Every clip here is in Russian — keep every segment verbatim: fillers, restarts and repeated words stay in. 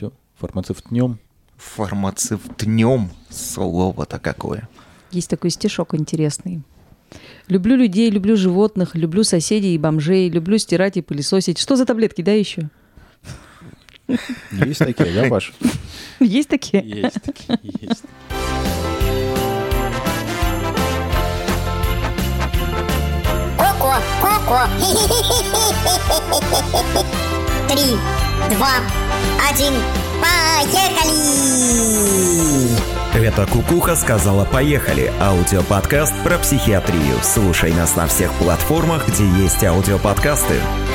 все, фармацевтнем. Фармацевтнем, слово-то какое. Есть такой стишок интересный. Люблю людей, люблю животных, люблю соседей и бомжей, люблю стирать и пылесосить. Что за таблетки, да, еще? Есть такие, да, Паш? Есть такие? Есть такие, есть. Ко-ко, ко-ко. Три, два, один, поехали! Это Кукуха сказала «Поехали» – аудиоподкаст про психиатрию. Слушай нас на всех платформах, где есть аудиоподкасты.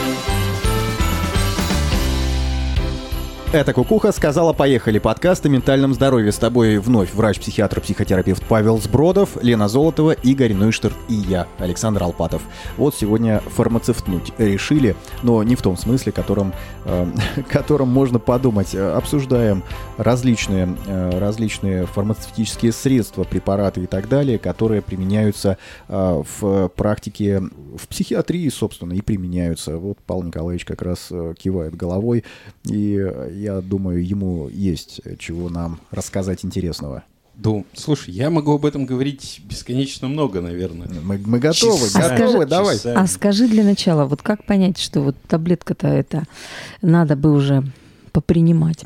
Это Кукуха сказала «Поехали» подкаст о ментальном здоровье. С тобой вновь врач-психиатр-психотерапевт Павел Сбродов, Лена Золотова, Игорь Нойштарт и я, Александр Алпатов. Вот сегодня фармацевтнуть решили, но не в том смысле, которым, э, которым можно подумать. Обсуждаем различные, э, различные фармацевтические средства, препараты и так далее, которые применяются э, в практике, в психиатрии, собственно, и применяются. Вот Павел Николаевич как раз э, кивает головой, и я думаю, ему есть чего нам рассказать интересного. Да, слушай, я могу об этом говорить бесконечно много, наверное. Мы, мы готовы, Часа, готовы, скажи, давай. часами. А скажи для начала, вот как понять, что вот таблетка-то это надо бы уже попринимать?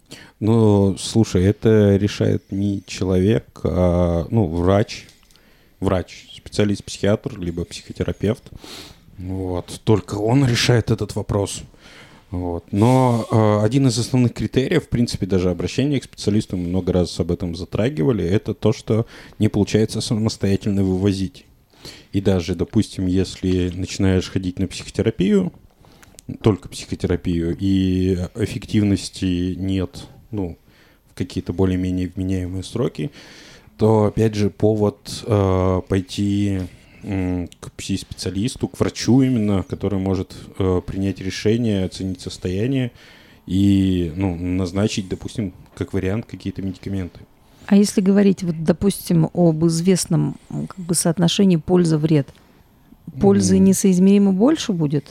Ну, слушай, это решает не человек, а ну, врач, врач, специалист-психиатр, либо психотерапевт. Вот. Только он решает этот вопрос. Вот. Но э, один из основных критериев, в принципе, даже обращение к специалисту, мы много раз об этом затрагивали, это то, что не получается самостоятельно вывозить. И даже, допустим, если начинаешь ходить на психотерапию, только психотерапию, и эффективности нет, ну, в какие-то более-менее вменяемые сроки, то, опять же, повод э, пойти к пси-специалисту, к врачу именно, который может э, принять решение, оценить состояние и ну, назначить, допустим, как вариант какие-то медикаменты. А если говорить, вот, допустим, об известном как бы, соотношении польза-вред, пользы mm. несоизмеримо больше будет?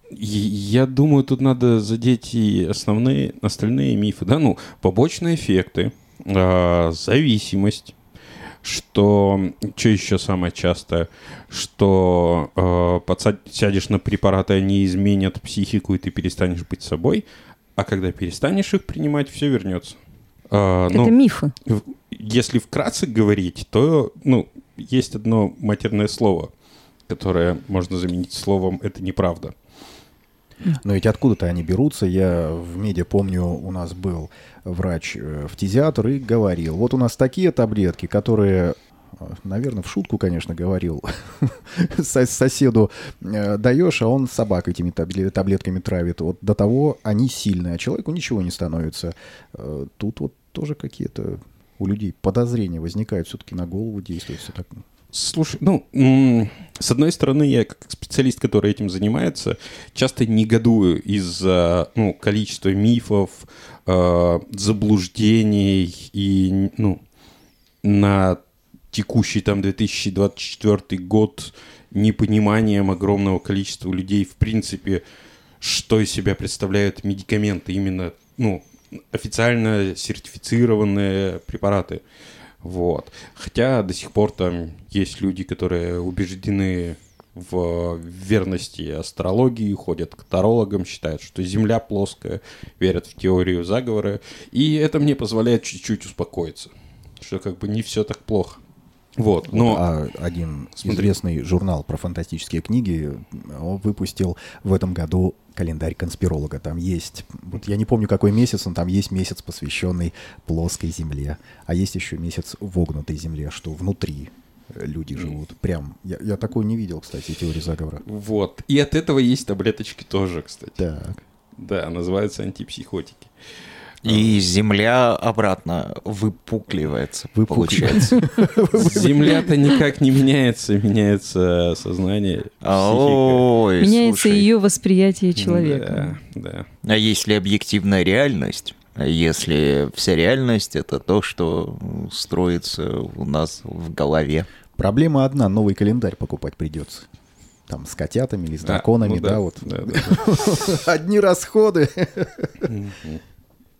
Я думаю, тут надо задеть и основные, остальные мифы. Да? Ну, побочные эффекты, э, зависимость. Что, что еще самое частое, что э, подсад, сядешь на препараты, они изменят психику, и ты перестанешь быть собой, а когда перестанешь их принимать, все вернется. Э, Это ну, мифы. Если вкратце говорить, то ну, есть одно матерное слово, которое можно заменить словом «это неправда». Но ведь откуда-то они берутся. Я в медиа помню, у нас был врач-фтизиатр и говорил, вот у нас такие таблетки, которые, наверное, в шутку, конечно, говорил, соседу даешь, а он собак этими таблетками травит. Вот до того они сильные, а человеку ничего не становится. Тут вот тоже какие-то у людей подозрения возникают, все-таки на голову действует все так. Слушай, ну, м- с одной стороны, я как специалист, который этим занимается, часто негодую из-за ну, количества мифов, э- заблуждений и ну, на текущий там две тысячи двадцать четвёртый год непониманием огромного количества людей, в принципе, что из себя представляют медикаменты, именно ну, официально сертифицированные препараты. Вот. Хотя до сих пор там есть люди, которые убеждены в верности астрологии, ходят к тарологам, считают, что Земля плоская, верят в теорию заговора. И это мне позволяет чуть-чуть успокоиться, что как бы не все так плохо. Вот, но... А один Смотри. известный журнал про фантастические книги он выпустил в этом году календарь конспиролога. Там есть, вот я не помню, какой месяц, но там есть месяц, посвященный плоской Земле. А есть еще месяц вогнутой Земле, что внутри люди живут. Прям, я, я такой не видел, кстати, теории заговора. Вот, и от этого есть таблеточки тоже, кстати. Так. Да, называются антипсихотики. И земля обратно выпукливается, Выпукливается. получается. Земля-то никак не меняется, меняется сознание, психика. Ой, Меняется слушай. ее восприятие человека. Да, да. А если объективная реальность? А если вся реальность — это то, что строится у нас в голове? Проблема одна, новый календарь покупать придется. Там с котятами или с драконами, ну да, да, вот. да, да. Одни расходы.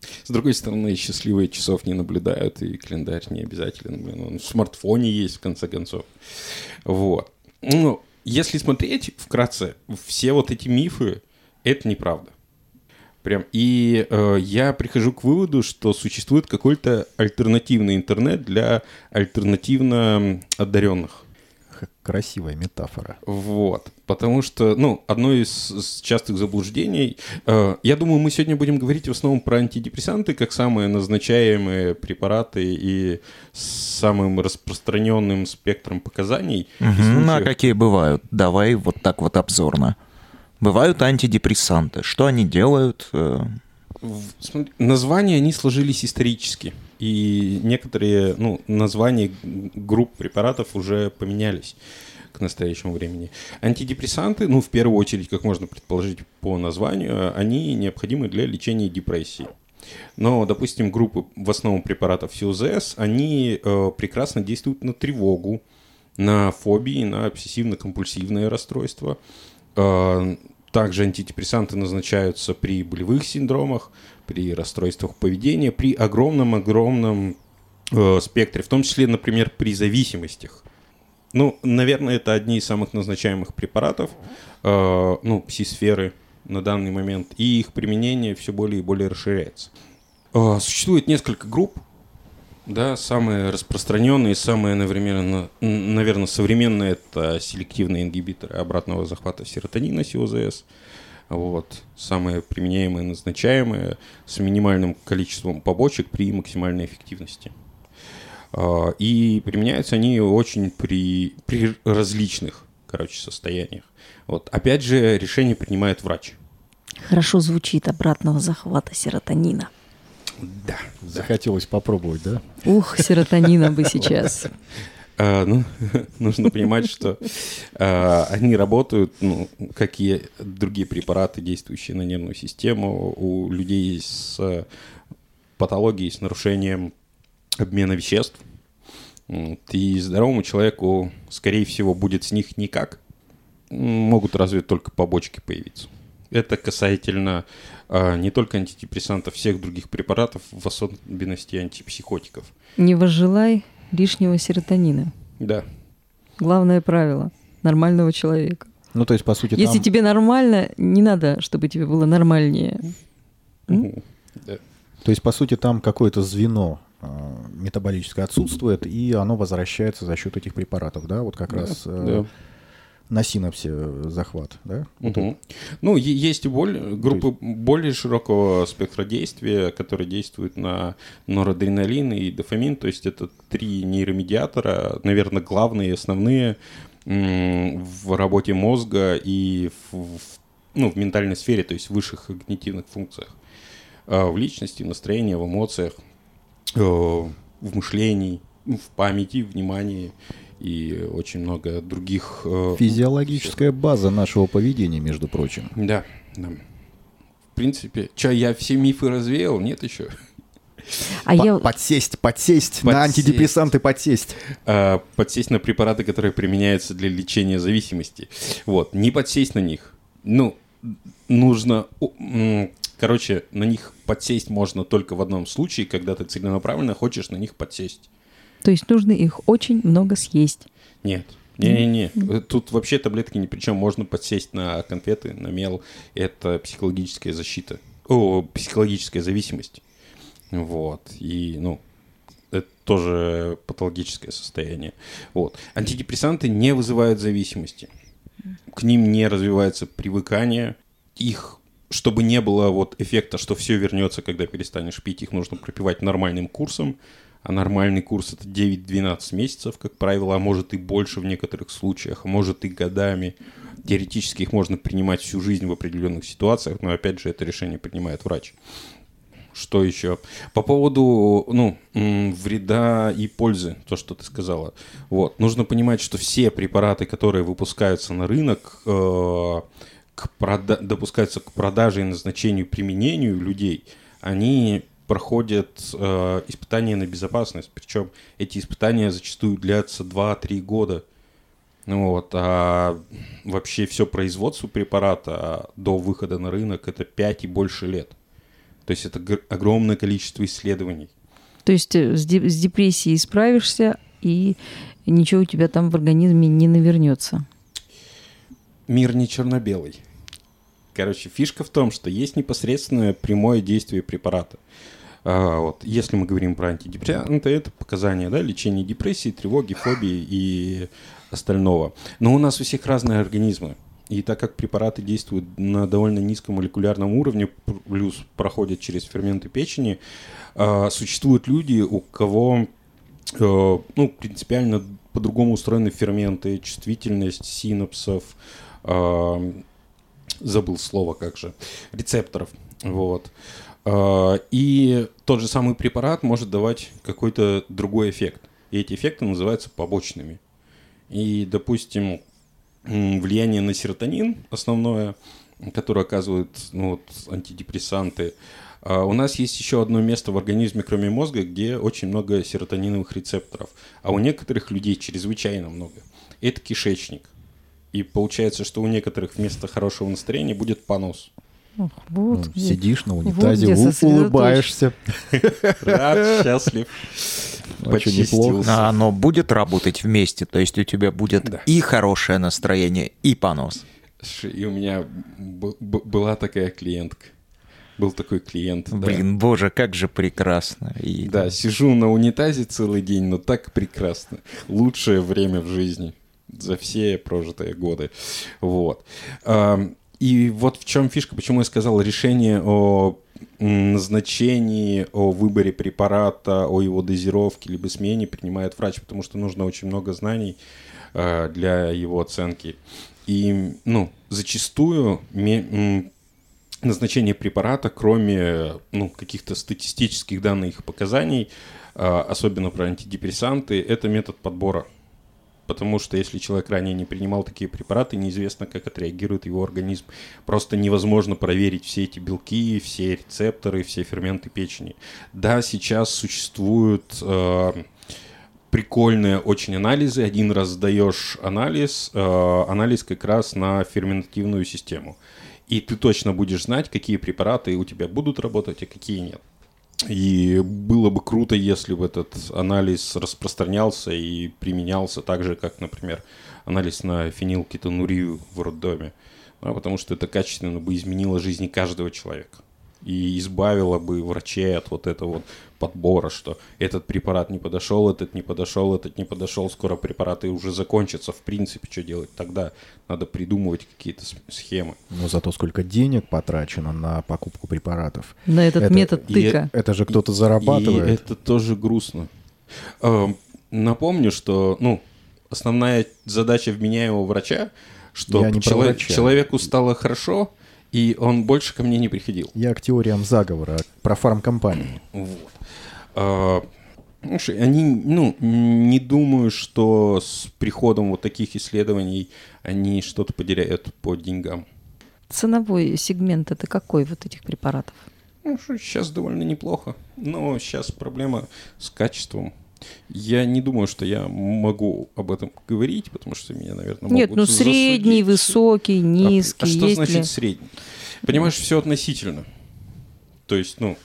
С другой стороны, счастливые часов не наблюдают, и календарь не обязателен. Блин, он в смартфоне есть, в конце концов. Вот. Ну, если смотреть вкратце, все вот эти мифы, это неправда. Прям. И э, я прихожу к выводу, что существует какой-то альтернативный интернет для альтернативно одаренных. Красивая метафора. Вот. Потому что, ну, одно из, из частых заблуждений... Э, я думаю, мы сегодня будем говорить в основном про антидепрессанты, как самые назначаемые препараты и с самым распространенным спектром показаний. Угу. Ну, а какие бывают? Давай вот так вот обзорно. Бывают антидепрессанты. Что они делают? Смотри, названия, они сложились исторически. И некоторые, ну, названия групп препаратов уже поменялись к настоящему времени. Антидепрессанты, ну, в первую очередь, как можно предположить по названию, они необходимы для лечения депрессии. Но, допустим, группы в основном препаратов си о зет эс, они э, прекрасно действуют на тревогу, на фобии, на обсессивно-компульсивное расстройство. Э, также антидепрессанты назначаются при болевых синдромах, при расстройствах поведения, при огромном-огромном э, спектре, в том числе, например, при зависимостях. Ну, наверное, это одни из самых назначаемых препаратов, э, ну, пси-сферы на данный момент, и их применение все более и более расширяется. Э, существует несколько групп, да, самые распространенные, самые одновременно, наверное, современные, это селективные ингибиторы обратного захвата серотонина, си о зет эс. Вот. Самые применяемые, назначаемые, с минимальным количеством побочек при максимальной эффективности. И применяются они очень при, при различных, короче, состояниях. Вот. Опять же, решение принимает врач. Хорошо звучит обратного захвата серотонина. Да. Захотелось попробовать, да? Ух, серотонина бы сейчас. А, ну, нужно понимать, что а, они работают, ну, как и другие препараты, действующие на нервную систему, у людей с патологией, с нарушением обмена веществ. И здоровому человеку, скорее всего, будет с них никак. Могут разве только побочки появиться. Это касательно а, не только антидепрессантов, всех других препаратов, в особенности антипсихотиков. Не возжелай лишнего серотонина. Да. Главное правило нормального человека. Ну, то есть, по сути, Если там... тебе нормально, не надо, чтобы тебе было нормальнее. Угу. Да. То есть, по сути, там какое-то звено э, метаболическое отсутствует, и оно возвращается за счет этих препаратов, да? Вот как Да, раз э, да. на синапсе захват, да? Вот Угу. Ну, е- есть и более, группы есть... более широкого спектра действия, которые действуют на норадреналин и дофамин. То есть это три нейромедиатора, наверное, главные, основные м- в работе мозга и в, в, ну, в ментальной сфере, то есть в высших когнитивных функциях. А в личности, в настроении, в эмоциях, э- в мышлении, в памяти, в внимании. И очень много других... Э, Физиологическая база нашего поведения, между прочим. Да, да. В принципе, что, я все мифы развеял? Нет еще? А По- я... Подсесть, подсесть, Подсесть. на антидепрессанты подсесть. А, подсесть на препараты, которые применяются для лечения зависимости. Вот, не подсесть на них. Ну, нужно... Короче, на них подсесть можно только в одном случае, когда ты целенаправленно хочешь на них подсесть. То есть нужно их очень много съесть. Нет. Не-не-не. Тут вообще таблетки ни при чем. Можно подсесть на конфеты, на мел. Это психологическая защита. О, психологическая зависимость. Вот. И, ну, это тоже патологическое состояние. Вот. Антидепрессанты не вызывают зависимости. К ним не развивается привыкание. Их, чтобы не было вот эффекта, что все вернется, когда перестанешь пить, их нужно пропивать нормальным курсом. А нормальный курс – это девять-двенадцать месяцев, как правило, а может и больше в некоторых случаях, а может и годами. Теоретически их можно принимать всю жизнь в определенных ситуациях, но, опять же, это решение принимает врач. Что еще? По поводу, ну, вреда и пользы, то, что ты сказала. Вот. Нужно понимать, что все препараты, которые выпускаются на рынок, э, к прода- допускаются к продаже и назначению, применению людей, они... проходят э, испытания на безопасность. Причем эти испытания зачастую длятся два-три года. Вот. А вообще все производство препарата до выхода на рынок – это пять и больше лет. То есть это г- огромное количество исследований. То есть э, с, де- с депрессией справишься, и ничего у тебя там в организме не навернется. Мир не черно-белый. Короче, фишка в том, что есть непосредственное прямое действие препарата. А, вот, если мы говорим про антидепрессанты, это показания, да, лечения депрессии, тревоги, фобии и остального. Но у нас у всех разные организмы. И так как препараты действуют на довольно низком молекулярном уровне, плюс проходят через ферменты печени, а, существуют люди, у кого а, ну, принципиально по-другому устроены ферменты, чувствительность синапсов, а, забыл слово, как же, рецепторов. Вот. И тот же самый препарат может давать какой-то другой эффект. И эти эффекты называются побочными. И, допустим, влияние на серотонин основное, которое оказывают ну, вот, антидепрессанты. У нас есть еще одно место в организме, кроме мозга, где очень много серотониновых рецепторов. А у некоторых людей чрезвычайно много. Это кишечник. И получается, что у некоторых вместо хорошего настроения будет понос. Ох, вот Ну, где- сидишь на вот унитазе, где у- сосредоточен. улыбаешься. Рад, счастлив. Очень Почистился. неплохо. А оно будет работать вместе, то есть у тебя будет Да. и хорошее настроение, и понос. Ш- И у меня б- б- была такая клиентка. Был такой клиент. да. Блин, боже, как же прекрасно. И... Да, сижу на унитазе целый день, но так прекрасно. Лучшее время в жизни за все прожитые годы. Вот. Ам, И вот в чем фишка, почему я сказал, решение о м, назначении, о выборе препарата, о его дозировке либо смене принимает врач, потому что нужно очень много знаний а, для его оценки. И, ну, зачастую ме- м, назначение препарата, кроме ну, каких-то статистических данных и показаний, а, особенно про антидепрессанты, это метод подбора. Потому что если человек ранее не принимал такие препараты, неизвестно, как отреагирует его организм. Просто невозможно проверить все эти белки, все рецепторы, все ферменты печени. Да, сейчас существуют э, прикольные очень анализы. Один раз сдаешь анализ, э, анализ как раз на ферментативную систему. И ты точно будешь знать, какие препараты у тебя будут работать, а какие нет. И было бы круто, если бы этот анализ распространялся и применялся так же, как, например, анализ на фенилкетонурию в роддоме. Да, потому что это качественно бы изменило жизни каждого человека. И избавило бы врачей от вот этого вот подбора, что этот препарат не подошел, этот не подошел, этот не подошел, скоро препараты уже закончатся. В принципе, что делать тогда? Надо придумывать какие-то с- схемы. Но зато сколько денег потрачено на покупку препаратов. На этот Это- метод и- тыка. Это же кто-то зарабатывает. И это тоже грустно. Э, Напомню, что ну, основная задача вменяемого врача, что Я не про чело- врача. человеку стало хорошо, и он больше ко мне не приходил. Я к теориям заговора, про фармкомпании. Вот. А, слушай, они, ну, не думаю, что с приходом вот таких исследований они что-то потеряют по деньгам. Ценовой сегмент это какой вот этих препаратов? Ну, что сейчас довольно неплохо, но сейчас проблема с качеством. Я не думаю, что я могу об этом говорить, потому что меня, наверное, могут Нет, ну средний, засудить. высокий, А- низкий. А, что есть значит ли? средний? Понимаешь, все относительно. То есть, ну,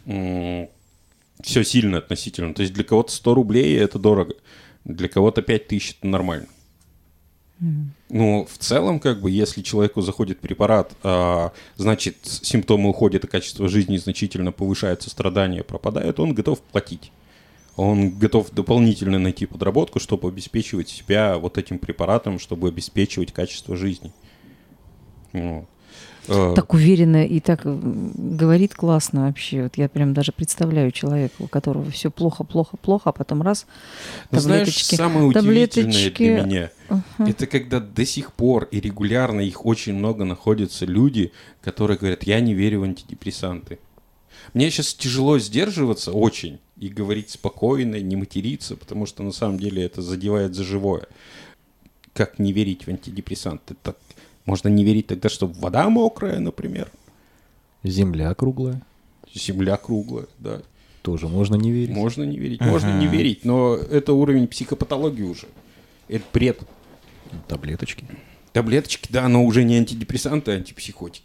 все сильно относительно. То есть для кого-то сто рублей это дорого, для кого-то пять тысяч это нормально. Ну, в целом, как бы, если человеку заходит препарат, а, значит, симптомы уходят, и качество жизни значительно повышается, страдания пропадают, он готов платить. Он готов дополнительно найти подработку, чтобы обеспечивать себя вот этим препаратом, чтобы обеспечивать качество жизни. Вот. Э, Так уверенно и так м, говорит классно вообще. Вот я прям даже представляю человека, у которого все плохо, плохо, плохо, а потом раз Ну, знаешь, таблеточки. самое удивительное таблеточки. для меня, это когда до сих пор и регулярно их очень много находятся люди, которые говорят, я не верю в антидепрессанты. Мне сейчас тяжело сдерживаться очень и говорить спокойно, не материться, потому что на самом деле это задевает за живое. Как не верить в антидепрессанты? Так, можно не верить тогда, что вода мокрая, например, Земля круглая. земля круглая, да. Тоже можно не верить. Можно не верить, можно не верить, но это уровень психопатологии уже. Это бред. Таблеточки. Таблеточки, да, но уже не антидепрессанты, а антипсихотики.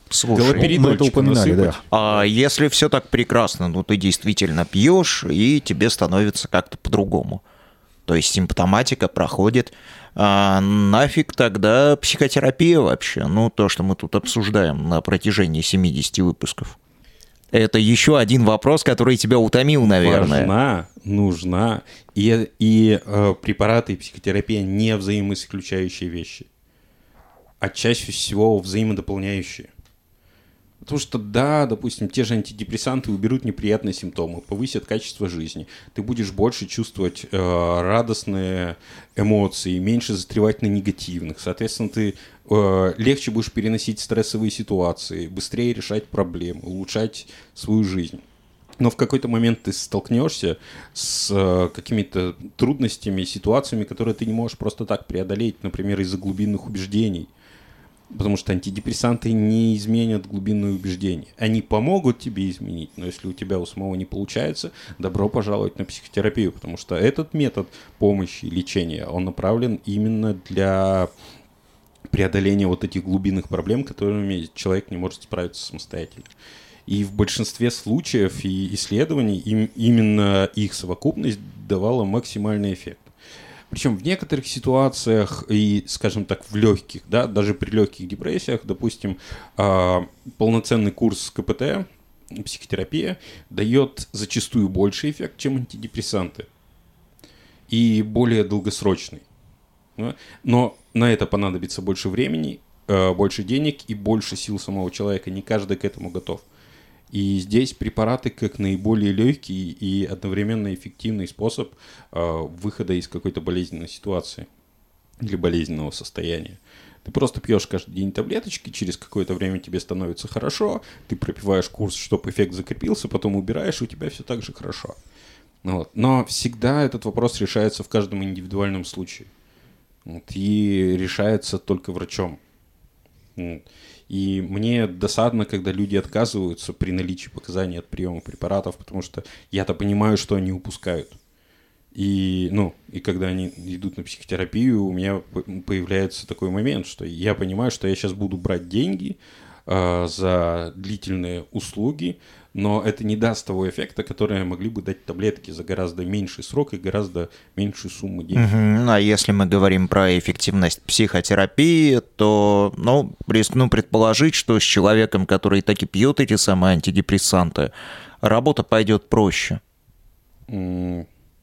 Слушай, мы это Галоперидольчика упоминали, да. насыпать. а если все так прекрасно, ну ты действительно пьешь, и тебе становится как-то по-другому. То есть симптоматика проходит. А нафиг тогда психотерапия вообще? Ну, то, что мы тут обсуждаем на протяжении семидесяти выпусков. Это еще один вопрос, который тебя утомил, наверное. Важна, нужна. И, и э, препараты и психотерапия не взаимоисключающие вещи, а чаще всего взаимодополняющие. Потому что, да, допустим, те же антидепрессанты уберут неприятные симптомы, повысят качество жизни. Ты будешь больше чувствовать э, радостные эмоции, меньше застревать на негативных. Соответственно, ты э, легче будешь переносить стрессовые ситуации, быстрее решать проблемы, улучшать свою жизнь. Но в какой-то момент ты столкнешься с э, какими-то трудностями, ситуациями, которые ты не можешь просто так преодолеть, например, из-за глубинных убеждений. Потому что антидепрессанты не изменят глубинные убеждения. Они помогут тебе изменить, но если у тебя у самого не получается, добро пожаловать на психотерапию, потому что этот метод помощи, лечения, он направлен именно для преодоления вот этих глубинных проблем, которыми человек не может справиться самостоятельно. И в большинстве случаев и исследований им, именно их совокупность давала максимальный эффект. Причем в некоторых ситуациях и, скажем так, в легких, да, даже при легких депрессиях, допустим, полноценный курс ка пэ тэ, психотерапия, дает зачастую больший эффект, чем антидепрессанты. И более долгосрочный. Но на это понадобится больше времени, больше денег и больше сил самого человека. Не каждый к этому готов. И здесь препараты как наиболее легкий и одновременно эффективный способ э, выхода из какой-то болезненной ситуации или болезненного состояния. Ты просто пьешь каждый день таблеточки, через какое-то время тебе становится хорошо, ты пропиваешь курс, чтобы эффект закрепился, потом убираешь, и у тебя все так же хорошо. Вот. Но всегда этот вопрос решается в каждом индивидуальном случае. Вот. И решается только врачом. Вот. И мне досадно, когда люди отказываются при наличии показаний от приема препаратов, потому что я-то понимаю, что они упускают. И, ну, и когда они идут на психотерапию, у меня появляется такой момент, что я понимаю, что я сейчас буду брать деньги э, за длительные услуги, но это не даст того эффекта, который могли бы дать таблетки за гораздо меньший срок и гораздо меньшую сумму денег. Угу. А если мы говорим про эффективность психотерапии, то, ну, рискну предположить, что с человеком, который таки пьет эти самые антидепрессанты, работа пойдет проще. Mm.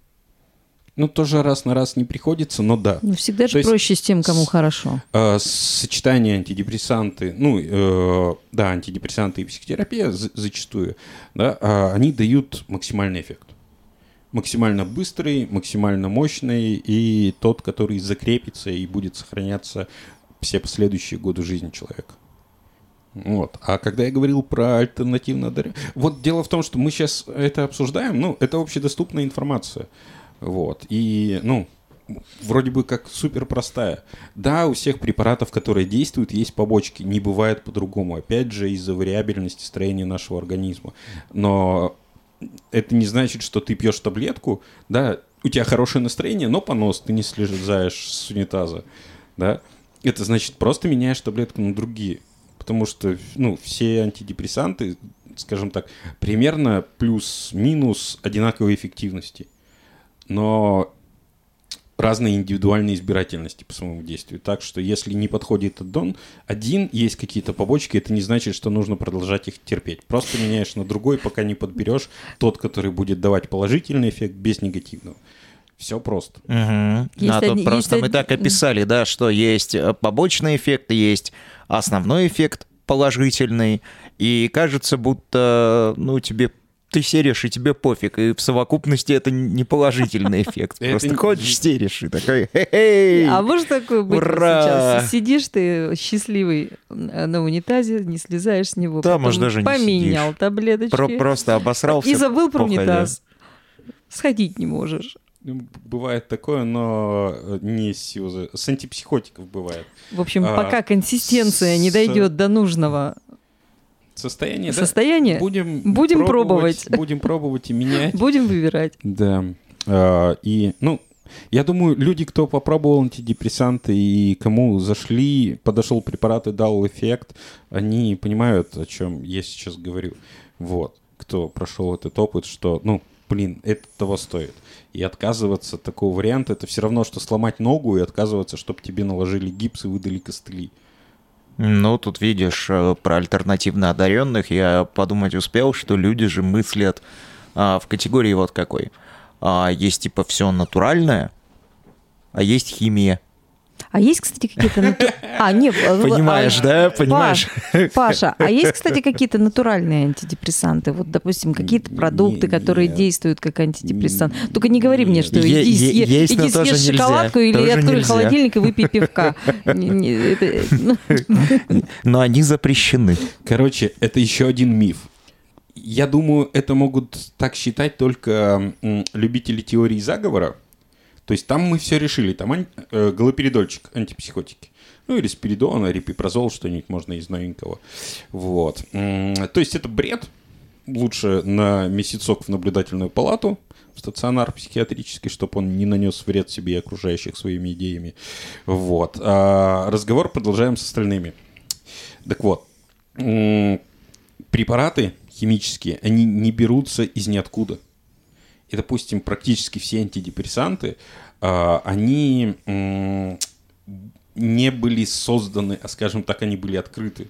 Ну, тоже раз на раз не приходится, но да. Ну, всегда же То есть проще с тем, кому хорошо. Э, сочетание антидепрессанты, ну, э, да, антидепрессанты и психотерапия за- зачастую, да, э, они дают максимальный эффект. Максимально быстрый, максимально мощный и тот, который закрепится и будет сохраняться все последующие годы жизни человека. Вот. А когда я говорил про альтернативно одаренных... Вот дело в том, что мы сейчас это обсуждаем, ну, это общедоступная информация. Вот. И, ну, вроде бы как супер простая. Да, у всех препаратов, которые действуют, есть побочки. Не бывает по-другому. Опять же, из-за вариабельности строения нашего организма. Но это не значит, что ты пьешь таблетку, да, у тебя хорошее настроение, но понос, ты не слезаешь с унитаза, да. Это значит, просто меняешь таблетку на другие. Потому что, ну, все антидепрессанты, скажем так, примерно плюс-минус одинаковой эффективности. Но разной индивидуальной избирательности по своему действию. Так что если не подходит аддон, один, есть какие-то побочки, это не значит, что нужно продолжать их терпеть. Просто меняешь на другой, пока не подберешь тот, который будет давать положительный эффект без негативного. Все просто. Угу. А тут одни, просто мы од... так описали, да, что есть побочный эффект, есть основной эффект положительный, и кажется, будто, ну, тебе ты серишь, и тебе пофиг, и в совокупности это не положительный эффект. Просто ходишь, серишь, и такой, хе-хей, А может такое быть ура! сейчас? Сидишь ты счастливый на унитазе, не слезаешь с него, Да, потом может, даже не поменял сидишь. таблеточки Про- просто обосрался. и забыл про похотя. унитаз. Сходить не можешь. Бывает такое, но не с силы. С антипсихотиков бывает. В общем, А, пока консистенция не с- дойдет до нужного Состояние, да? состояния, Будем, Будем пробовать. Будем пробовать и менять. будем выбирать. Да. А, и, ну, Я думаю, люди, кто попробовал антидепрессанты и кому зашли, подошел препарат и дал эффект, они понимают, о чем я сейчас говорю. Вот. Кто прошел этот опыт, что, ну, блин, это того стоит. И отказываться от такого варианта, это все равно, что сломать ногу и отказываться, чтобы тебе наложили гипс и выдали костыли. Ну, тут видишь, э, про альтернативно одаренных я подумать успел, что люди же мыслят а, в категории вот какой. А, есть типа все натуральное, а есть химия. А есть, кстати, какие-то... нату- А, нет, а, Понимаешь, а, да? Понимаешь? Паш, Паша, а есть, кстати, какие-то натуральные антидепрессанты? Вот, допустим, какие-то продукты, которые Нет. действуют как антидепрессант. Только не говори мне, что Е- иди, е- съе- есть, но иди тоже съешь нельзя. шоколадку или Тоже открой нельзя. холодильник и выпей пивка. Не- не, это, ну, Но они запрещены. Короче, это еще один миф. Я думаю, это могут так считать только м, любители теории заговора. То есть там мы все решили. Там ан- э, галоперидольчик, антипсихотики. Ну, или спиридон, рипипрозол, что-нибудь можно из новенького. Вот. М, То есть это бред. Лучше на месяцок в наблюдательную палату, в стационар психиатрический, чтобы он не нанес вред себе и окружающих своими идеями. Вот. А разговор продолжаем с остальными. Так вот. м, Препараты химические, они не берутся из ниоткуда. И, допустим, практически все антидепрессанты, а, они м, не были созданы, а, скажем так, они были открыты.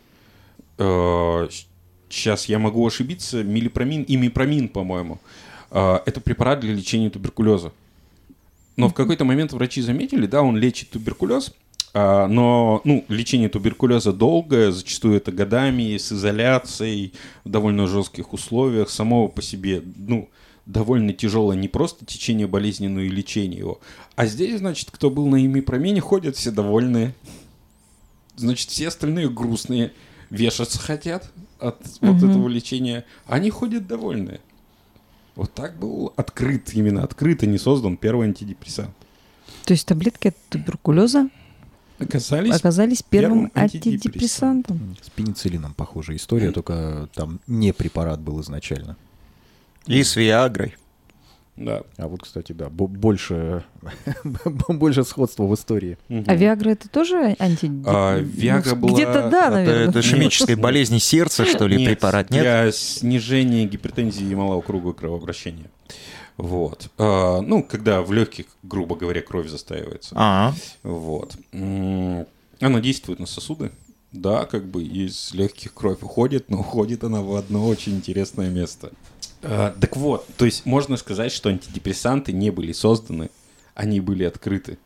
Сейчас я могу ошибиться, милипромин, имипромин, по-моему. А, это препарат для лечения туберкулеза. Но в какой-то момент врачи заметили, да, он лечит туберкулез, а, но ну, лечение туберкулеза долгое, зачастую это годами, с изоляцией, в довольно жестких условиях, само по себе, ну, довольно тяжелое не просто течение болезни, но и лечение его. А здесь, значит, кто был на имипромене, ходят все довольные. Значит, все остальные грустные, вешаться хотят от вот Мгм. этого лечения. Они ходят довольные. Вот так был открыт, именно открыт, и не создан первый антидепрессант. то есть таблетки от туберкулеза Оказались оказались первым первым антидепрессантом. антидепрессантом. С пенициллином похожая история, только там не препарат был изначально. И с Виагрой. Да. А вот, кстати, да, бо- больше, больше сходства в истории. Мгм. А Виагра это тоже антидепрессант? А, Виагра была- Где-то да, Это, наверное. это ишемической болезни сердца, что ли, Нет, препарат, нет? для снижения гипертензии и малого круга кровообращения. Вот. А, ну, когда в легких, грубо говоря, кровь застаивается. А, Вот. М, Она действует на сосуды. Да, как бы из легких кровь уходит, но уходит она в одно очень интересное место. А, так вот, то есть можно сказать, что антидепрессанты не были созданы, они были открыты.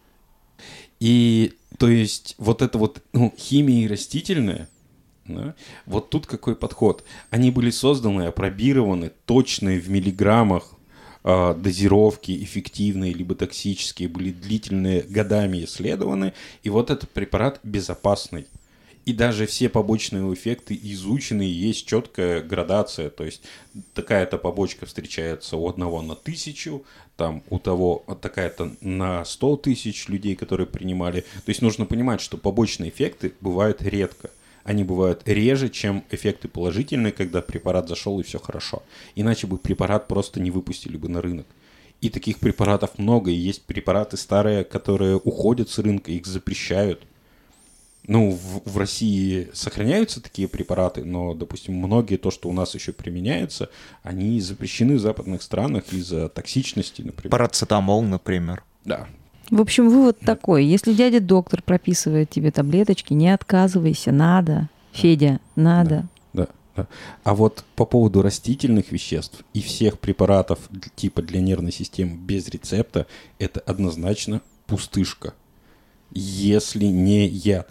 И, то есть, вот это вот, ну, химия и растительная, да, вот тут какой подход. Они были созданы, апробированы, точные в миллиграммах, а, дозировки эффективные либо токсические, были длительные, годами исследованы, и вот этот препарат безопасный. И даже все побочные эффекты изучены, и есть четкая градация. То есть такая-то побочка встречается у одного на тысячу, там у того такая-то на сто тысяч людей, которые принимали. То есть нужно понимать, что побочные эффекты бывают редко. Они бывают реже, чем эффекты положительные, когда препарат зашел и все хорошо. Иначе бы препарат просто не выпустили бы на рынок. И таких препаратов много. И есть препараты старые, которые уходят с рынка, их запрещают. Ну, в, в России сохраняются такие препараты, но, допустим, многие, то, что у нас еще применяется, они запрещены в западных странах из-за токсичности, например. парацетамол, например. Да. В общем, вывод такой. Если дядя доктор прописывает тебе таблеточки, не отказывайся, надо. Федя, надо. Да, да. А вот по поводу растительных веществ и всех препаратов д- типа для нервной системы без рецепта, это однозначно пустышка, если не яд.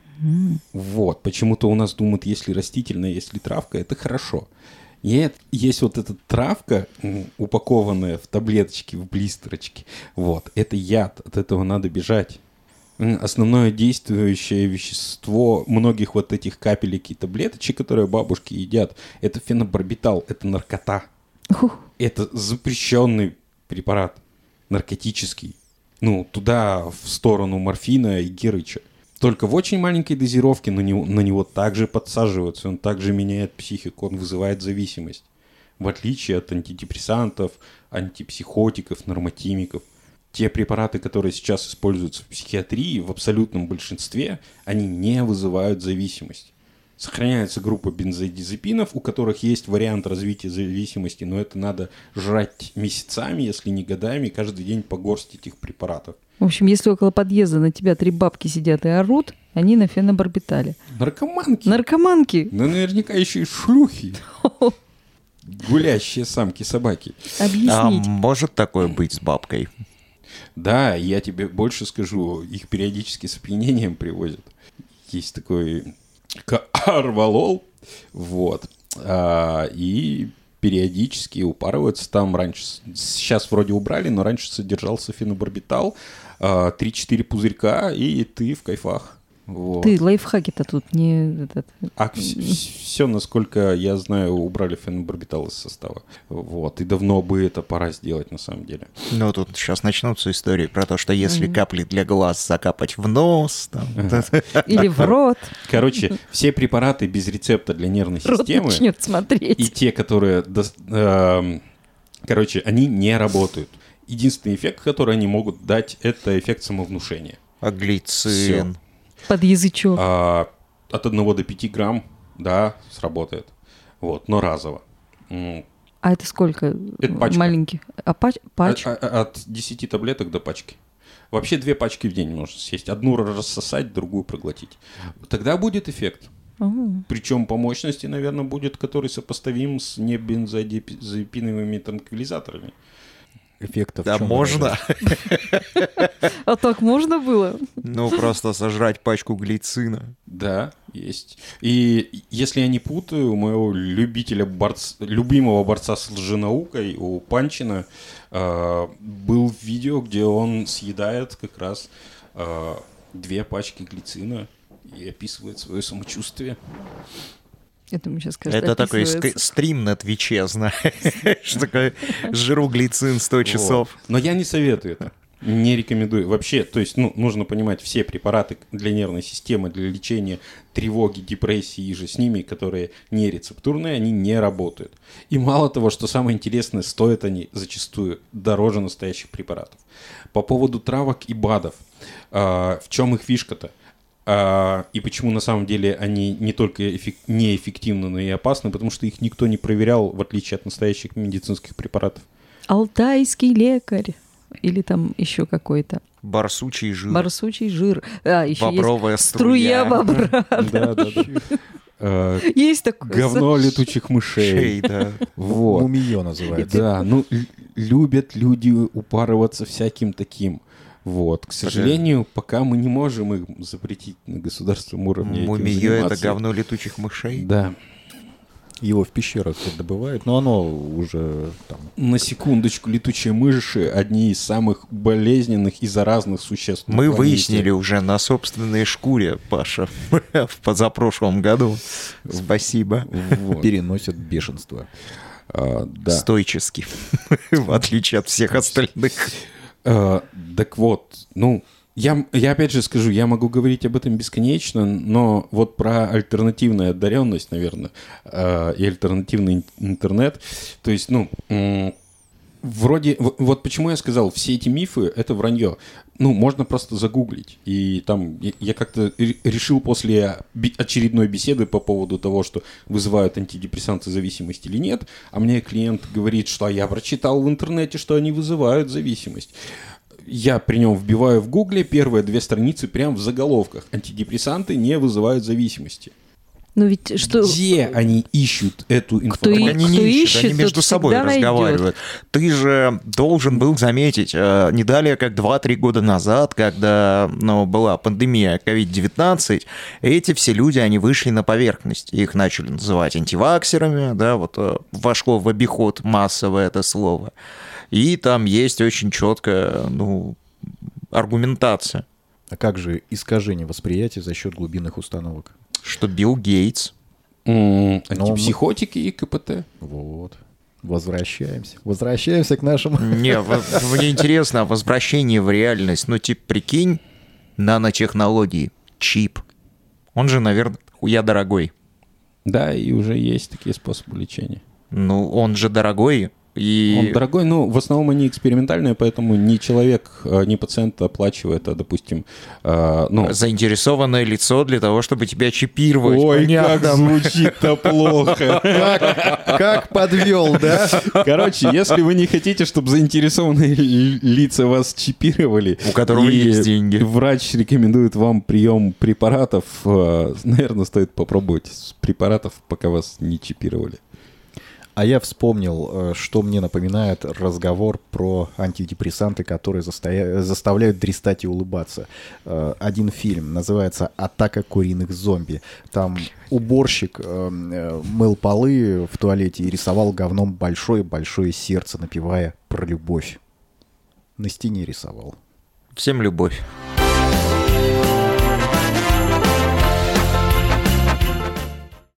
Вот, почему-то у нас думают, если растительная, если травка, это хорошо. Нет, есть вот эта травка, м, упакованная в таблеточки, в блистерочки. Вот, это яд, от этого надо бежать. М, Основное действующее вещество многих вот этих капелек и таблеточек, которые бабушки едят, это фенобарбитал, это наркота. Ух. Это запрещенный препарат, наркотический. Ну, туда, в сторону морфина и герыча. Только в очень маленькой дозировке на него, на него также подсаживаются, он также меняет психику, он вызывает зависимость. В отличие от антидепрессантов, антипсихотиков, нормотимиков. те препараты, которые сейчас используются в психиатрии, в абсолютном большинстве, они не вызывают зависимость. Сохраняется группа бензодиазепинов, у которых есть вариант развития зависимости, но это надо жрать месяцами, если не годами, каждый день по горсти этих препаратов. В общем, если около подъезда на тебя три бабки сидят и орут, они на фенобарбитале. Наркоманки. Наркоманки. Ну, наверняка еще и шлюхи. Гулящие самки-собаки. А Объяснить. может такое быть с бабкой? Да, я тебе больше скажу, их периодически с опьянением привозят. Есть такой карвалол, вот, а, и периодически упарываются там раньше, сейчас вроде убрали, но раньше содержался фенобарбитал, а, три-четыре пузырька, и ты в кайфах. Вот. Ты лайфхаки-то тут не... Этот... А все, насколько я знаю, убрали фенобарбитал из состава. Вот. И давно бы это пора сделать на самом деле. Ну, тут сейчас начнутся истории про то, что если капли для глаз закапать в нос... Там, Или в рот. Короче, все препараты без рецепта для нервной Рот системы начнет и смотреть. те, которые... дос- эм, Короче, они не работают. Единственный эффект, который они могут дать, это эффект самовнушения. а глицин... Под язычок. А, от одного до пяти грамм, да, сработает. Вот, но разово. М, А это сколько? Это пачка. Маленьких? А пач... пачка? а- а- От десяти таблеток до пачки. Вообще две пачки в день можно съесть. Одну рассосать, другую проглотить. Тогда будет эффект. А. Причем по мощности, наверное, будет, который сопоставим с небензодиазепиновыми транквилизаторами. Эффектов Да можно. А так можно было? Ну, просто сожрать пачку глицина. Да, есть. И если я не путаю, у моего любителя, борц... любимого борца с лженаукой, у Панчина, э, был видео, где он съедает как раз э, две пачки глицина и описывает свое самочувствие. Я думаю, сейчас скажет, Это такой описывается. sk- стрим на Твиче, знаешь, такой жру глицин сто часов. Вот. Но я не советую это. Не рекомендую. Вообще, то есть, ну, нужно понимать, все препараты для нервной системы, для лечения тревоги, депрессии и же с ними, которые не рецептурные, они не работают. И мало того, что самое интересное, стоят они зачастую дороже настоящих препаратов. По поводу травок и БАДов. А, в чем их фишка-то? А, и почему на самом деле они не только эффек- неэффективны, но и опасны? Потому что их никто не проверял, в отличие от настоящих медицинских препаратов. Алтайский лекарь. Или там еще какой-то. Барсучий жир. Барсучий жир. А, еще Бобровая есть струя струя. бобра. Да, да, да. Э, Есть такое. Говно летучих мышей. Шей, да. Вот. Мумиё называется. Да, ну л- любят люди упарываться всяким таким. Вот. К сожалению, пока мы не можем их запретить на государственном уровне. этим Мумиё — это заниматься. говно летучих мышей? Да. Его в пещерах тут добывают, но оно уже там... На секундочку, летучие мыши — одни из самых болезненных и заразных существ на Мы планете. выяснили уже на собственной шкуре, Паша, в позапрошлом году. Спасибо. Вот. переносят бешенство. А, да. Стойчески, в отличие от всех остальных. Э, так вот, ну, я, я опять же скажу, я могу говорить об этом бесконечно, но вот про альтернативную одаренность, наверное, э, и альтернативный ин- интернет, то есть, ну, м, вроде, в- вот почему я сказал, все эти мифы — это вранье. Ну, можно просто загуглить. И там я, я как-то ре- решил после би- очередной беседы по поводу того, что вызывают антидепрессанты зависимость или нет, а мне клиент говорит, что я прочитал в интернете, что они вызывают зависимость. Я при нем вбиваю в гугле первые две страницы прямо в заголовках. Антидепрессанты не вызывают зависимости. Ну ведь что... Где они ищут эту Кто информацию? и- Они кто не ищут, ищет, они между тот собой всегда найдет. разговаривают. Ты же должен был заметить, э, не далее как два-три года назад, когда ну, была пандемия ковид девятнадцать, эти все люди, они вышли на поверхность. Их начали называть антиваксерами, да, вот э, вошло в обиход массово это слово. И там есть очень четкая, ну, аргументация, А как же искажение восприятия за счет глубинных установок? что Билл Гейтс М, Антипсихотики и КПТ. Вот. Возвращаемся. Возвращаемся к нашему... Не, в- мне интересно о возвращении в реальность. Ну, типа, прикинь, нанотехнологии, чип. Он же, наверное, хуя дорогой. Да, и уже есть такие способы лечения. Ну, он же дорогой. И... Он дорогой, ну, в основном они экспериментальные, поэтому не человек, не пациент оплачивает, а, допустим, э, ну... заинтересованное лицо для того, чтобы тебя чипировать. Ой, Понятно. как звучит-то плохо. Как подвел, да? Короче, если вы не хотите, чтобы заинтересованные ли- лица вас чипировали, У которого и есть деньги. врач рекомендует вам прием препаратов, э, наверное, стоит попробовать с препаратов, пока вас не чипировали. А я вспомнил, э, что мне напоминает разговор про антидепрессанты, которые застоя- заставляют дрестать и улыбаться. Э, Один фильм называется «Атака куриных зомби». Там уборщик э, э, мыл полы в туалете и рисовал говном большое-большое сердце, напевая про любовь. На стене рисовал. Всем любовь.